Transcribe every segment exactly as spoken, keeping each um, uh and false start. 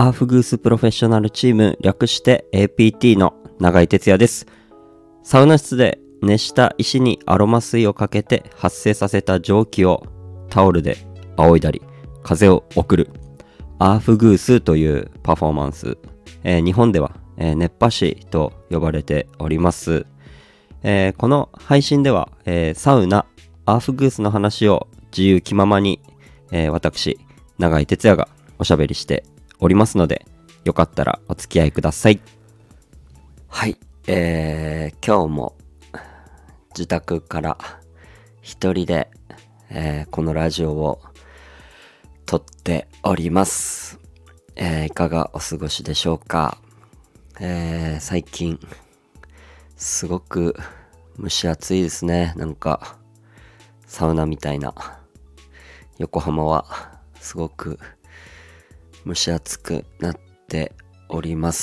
アーフグースプロフェッショナルチーム、略して エーピーティー の永井哲也です。サウナ室で熱した石にアロマ水をかけて発生させた蒸気をタオルで仰いだり風を送るアーフグースというパフォーマンス、えー、日本では、えー、熱波師と呼ばれております。えー、この配信では、えー、サウナアーフグースの話を自由気ままに、えー、私永井哲也がおしゃべりしておりますので、よかったらお付き合いください。はい、えー、今日も自宅から一人で、えー、このラジオを撮っております。えー、いかがお過ごしでしょうか。えー、最近すごく蒸し暑いですね。なんかサウナみたいな横浜はすごく蒸し暑くなっております。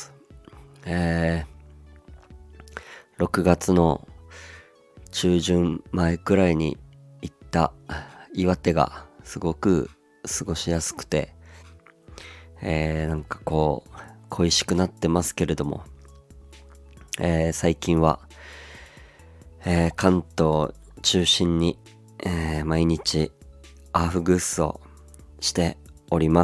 えー、ろくがつの中旬前くらいに行った岩手がすごく過ごしやすくて、えー、なんかこう恋しくなってますけれども、えー、最近は、えー、関東中心に、えー、毎日アーフグースをしております。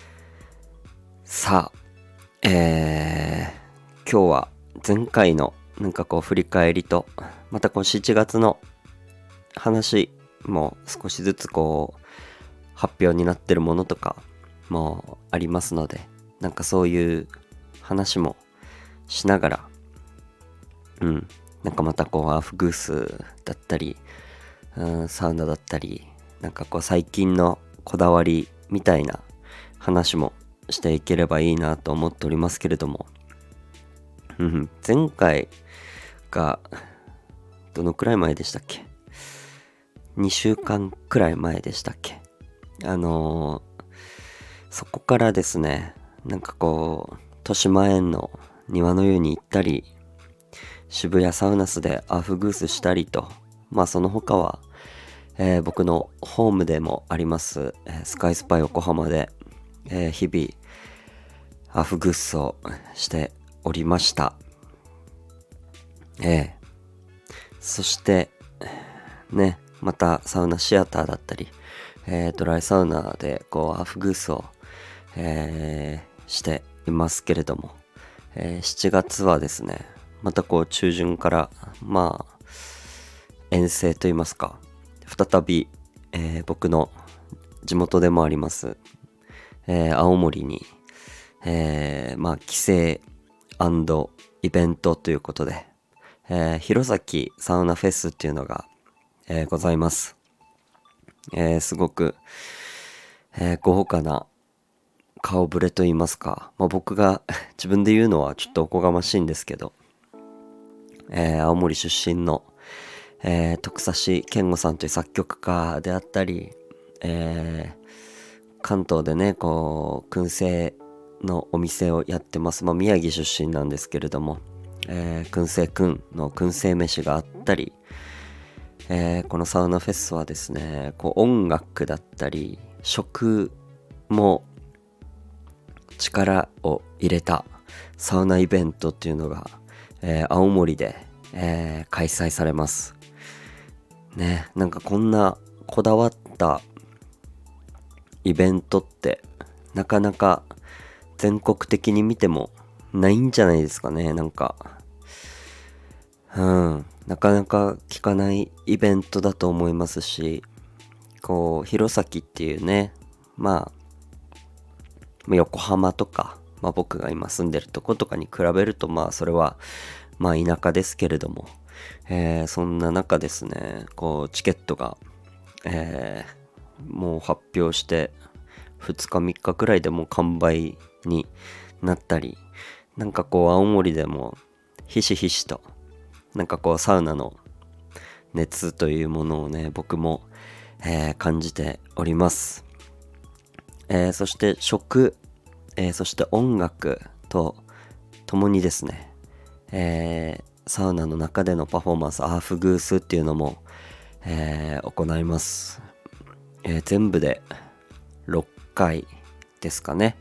さあ、えー、今日は前回のなんかこう振り返りと、またこうしちがつの話も少しずつこう発表になってるものとかもありますので、なんかそういう話もしながら、うん、なんかまたこうアーフグースだったり、うん、サウナだったり、なんかこう最近のこだわりみたいな話もしていければいいなと思っておりますけれども、うん、前回がどのくらい前でしたっけ？にしゅうかんくらい前でしたっけ？あのー、そこからですね、なんかこう豊島園の庭の湯に行ったり、渋谷サウナスでアーフグースしたりと、まあその他は、えー、僕のホームでもあります、えー、スカイスパ横浜で、えー、日々アーフグースをしておりました。えー、そしてね、またサウナシアターだったり、えー、ドライサウナでこうアーフグースを、えー、していますけれども、えー、しちがつはですね、またこう中旬からまあ遠征といいますか、再び、えー、僕の地元でもあります、えー、青森に、えー、まあ帰省&イベントということで、えー、弘前サウナフェスっていうのが、えー、ございます。えー、すごく、えー、豪華な顔ぶれと言いますか、まあ、僕が自分で言うのはちょっとおこがましいんですけど、えー、青森出身の、えー、徳指健吾さんという作曲家であったり、えー、関東でねこう燻製のお店をやってます、まあ、宮城出身なんですけれども、えー、燻製くんの燻製飯があったり、えー、このサウナフェスはですね、こう音楽だったり食も力を入れたサウナイベントっていうのが、えー、青森で、えー、開催されますね。なんかこんなこだわったイベントってなかなか全国的に見てもないんじゃないですかね。なんかうんなかなか聞かないイベントだと思いますし、こう弘前っていうね、まあ横浜とか、まあ、僕が今住んでるとことかに比べるとまあそれはまあ田舎ですけれども、えー、そんな中ですね、こうチケットが、えー、もう発表してふつかみっかくらいでもう完売になったり、なんかこう青森でもひしひしとなんかこうサウナの熱というものをね僕も、えー、感じております。えー、そして食、えー、そして音楽とともにですね、えー、サウナの中でのパフォーマンスアーフグースっていうのも、えー、行います。えー、全部でろっかいですかね、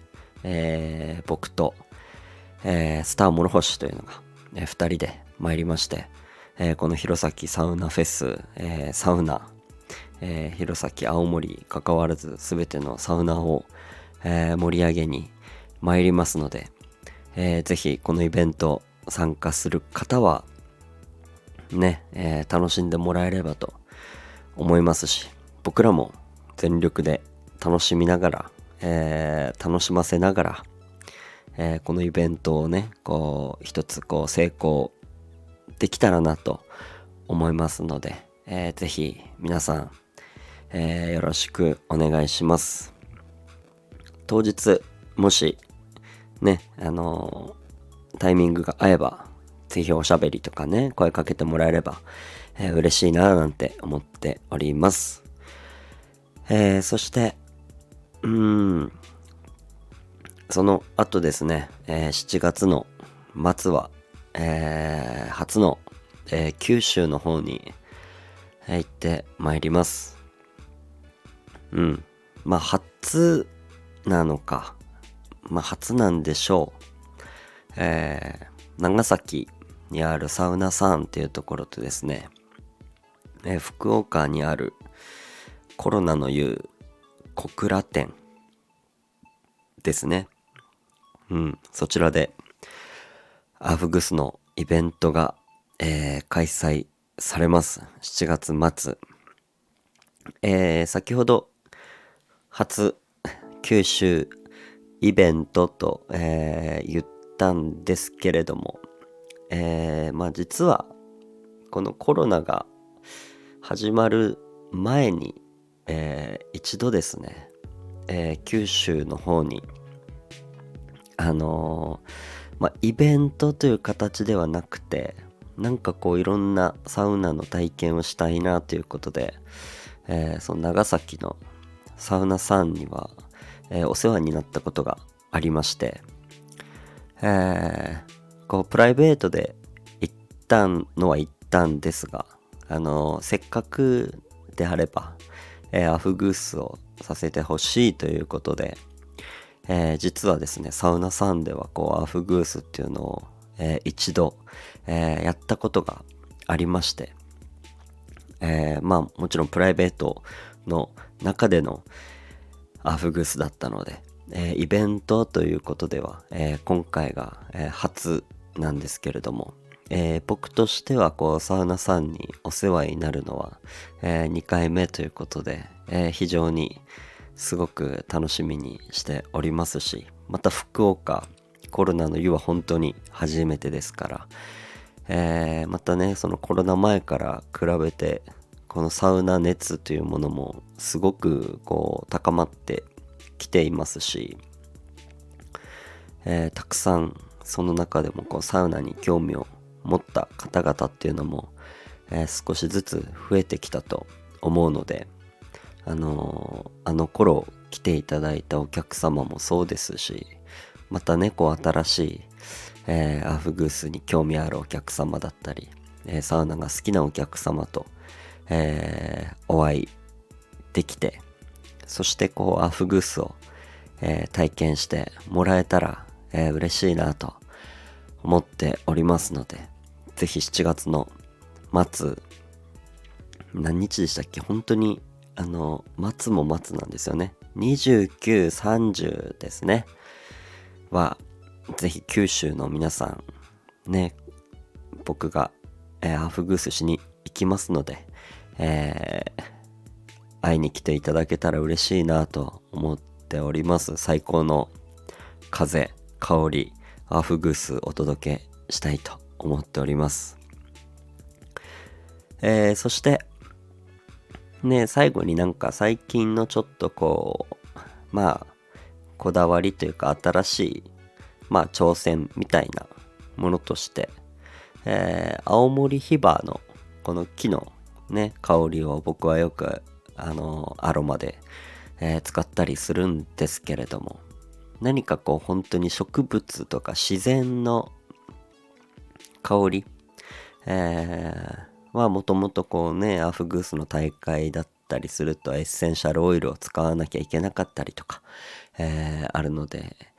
えー僕と、えースター諸星というのが、えーふたりで参りまして、えーこの弘前サウナフェス、えーサウナ、えー弘前青森関わらず全てのサウナを、えー盛り上げに参りますので、えーぜひこのイベント参加する方はね、えー楽しんでもらえればと思いますし、僕らも全力で楽しみながら、えー楽しませながら、えーこのイベントをね、こう一つこう成功できたらなと思いますので、えーぜひ皆さん、えーよろしくお願いします。当日もしね、あのータイミングが合えば、ぜひおしゃべりとかね、声かけてもらえれば、えー嬉しいななんて思っております。えーそして、うーん、その後ですね、えーしちがつの末は、えー初の、えー九州の方に、えー行ってまいります。うん。まあ、初なのか。まあ、初なんでしょう。えー長崎にあるサウナサンっていうところとですね、えー福岡にあるコロナの言う小倉店ですね。うん、そちらでアフグスのイベントが、えー開催されます。しちがつ末。えー先ほど初九州イベントと、えー言ったんですけれども、えーまあ実はこのコロナが始まる前に、えー一度ですね、えー九州の方にあのーまあイベントという形ではなくて、なんかこういろんなサウナの体験をしたいなということで、えーその長崎のサウナさんには、えーお世話になったことがありまして、えーこうプライベートで行ったのは行ったんですが、あのーせっかくであれば、えーアフグースをさせてほしいということで、えー実はですね、サウナさんではこうアフグースっていうのを、えー一度、えーやったことがありまして、えーまあもちろんプライベートの中でのアフグースだったので、えーイベントということでは、えー今回が、えー初なんですけれども、えー僕としてはこうサウナさんにお世話になるのは、えーにかいめということで、えー非常にすごく楽しみにしておりますし、また福岡コロナの湯は本当に初めてですから、えーまたねそのコロナ前から比べてこのサウナ熱というものもすごくこう高まってきていますし、えーたくさんその中でもこうサウナに興味を持った方々っていうのも、えー少しずつ増えてきたと思うので、あのーあの頃来ていただいたお客様もそうですし、またねこう新しい、えーアフグースに興味あるお客様だったり、えーサウナが好きなお客様と、えーお会いできて、そしてこうアフグースを、えー体験してもらえたら、えー嬉しいなと思っておりますので、ぜひしちがつの末、何日でしたっけ、本当にあの末も末なんですよね。にじゅうく、さんじゅうですねは、ぜひ九州の皆さんね、僕が、えーアフグースしに行きますので、えー会いに来ていただけたら嬉しいなと思っております。最高の風、香り、アフグースお届けしたいと思っております。えーそしてね、最後になんか最近のちょっとこうまあこだわりというか新しいまあ挑戦みたいなものとして、えー青森ヒバのこの木のね香りを僕はよくあのアロマで、えー使ったりするんですけれども、何かこう本当に植物とか自然の香り、えー、はもともとこうねアフグースの大会だったりするとエッセンシャルオイルを使わなきゃいけなかったりとか、えーあるので、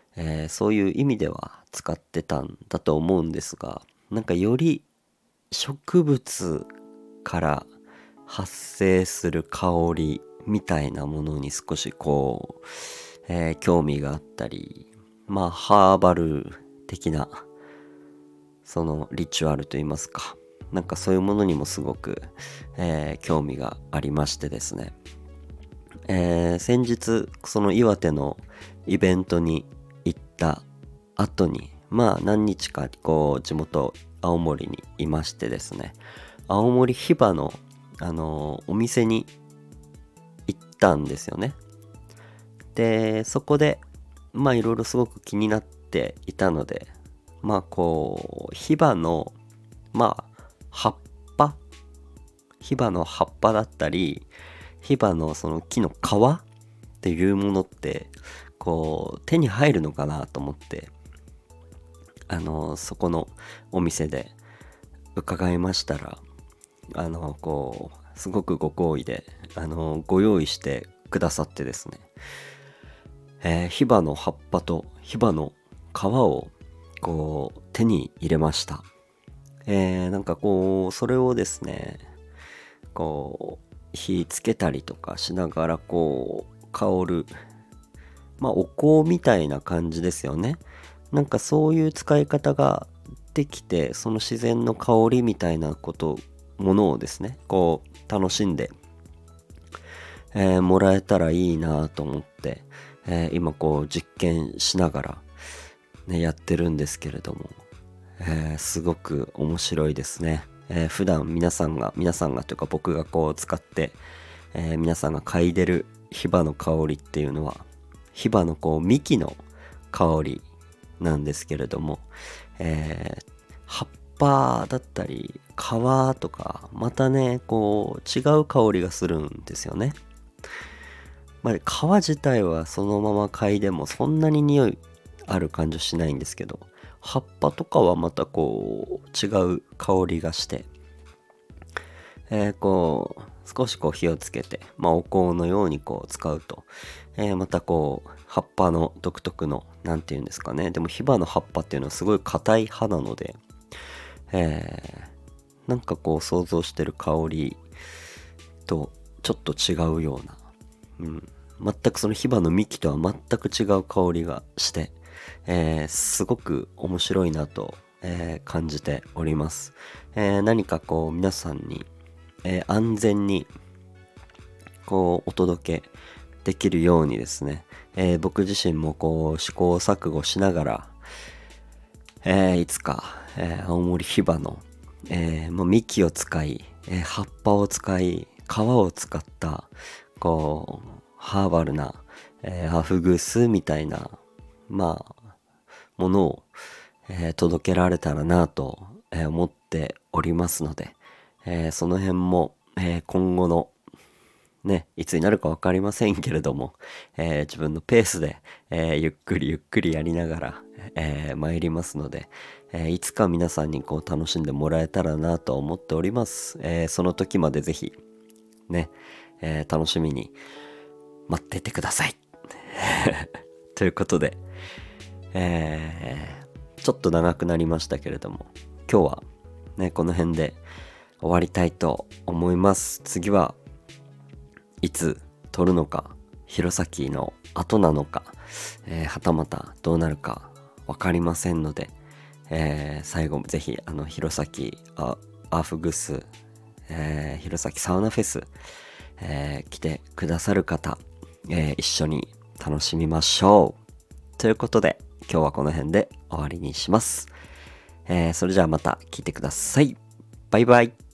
えーそういう意味では使ってたんだと思うんですが、なんかより植物から発生する香りみたいなものに少しこう、えー興味があったり、まあハーバル的なそのリチュアルといいますか、なんかそういうものにもすごく、えー興味がありましてですね、えー先日その岩手のイベントに行った後に、まあ何日かこう地元青森にいましてですね、青森ヒバのあのーお店に行ったんですよね。でそこでまあいろいろすごく気になっていたので、まあこうヒバのまあ葉っぱヒバの葉っぱだったり、ヒバのその木の皮っていうものってこう手に入るのかなと思って、あのそこのお店で伺いましたら、あのこうすごくご好意であのご用意してくださってですね、えー、ヒバの葉っぱとヒバの皮をこう手に入れました。えー、なんかこうそれをですね、こう火つけたりとかしながらこう香る、まあお香みたいな感じですよね。なんかそういう使い方ができて、その自然の香りみたいなことものをですねこう楽しんで、えーもらえたらいいなと思って、えー今こう実験しながら、ね、やってるんですけれども、えーすごく面白いですね。えー普段皆さんが皆さんがというか僕がこう使って、えー皆さんが嗅いでるヒバの香りっていうのはヒバのこう幹の香りなんですけれども、えー葉っぱだったり皮とかまたねこう違う香りがするんですよね。まあ、皮自体はそのまま嗅いでもそんなに匂いある感じはしないんですけど、葉っぱとかはまたこう違う香りがして、えーこう少しこう火をつけて、まあ、お香のようにこう使うと、えーまたこう葉っぱの独特のなんていうんですかね、でもヒバの葉っぱっていうのはすごい硬い葉なので、えーなんかこう想像してる香りとちょっと違うような、うん、全くそのヒバの幹とは全く違う香りがして、えーすごく面白いなと、えー感じております。えー何かこう皆さんに、えー安全にこうお届けできるようにですね、えー僕自身もこう試行錯誤しながら、えーいつか、えー青森ヒバの、えーまあ、幹を使い、えー葉っぱを使い、皮を使ったこうハーバルな、えーアフグースみたいなまあものを、えー届けられたらなと、えー思っておりますので、えーその辺も、えー今後のね、いつになるか分かりませんけれども、えー自分のペースで、えーゆっくりゆっくりやりながら、えー参りますので、えーいつか皆さんにこう楽しんでもらえたらなと思っております。えーその時までぜひね、えー楽しみに待っててください。ということで、えーちょっと長くなりましたけれども、今日はね、この辺で終わりたいと思います。次はいつ撮るのか、弘前の後なのか、えーはたまたどうなるか分かりませんので、えー最後ぜひあの弘前アアーフグス、えー弘前サウナフェス、えー来てくださる方、えー一緒に楽しみましょう。ということで今日はこの辺で終わりにします。えーそれじゃあまた聞いてください。バイバイ。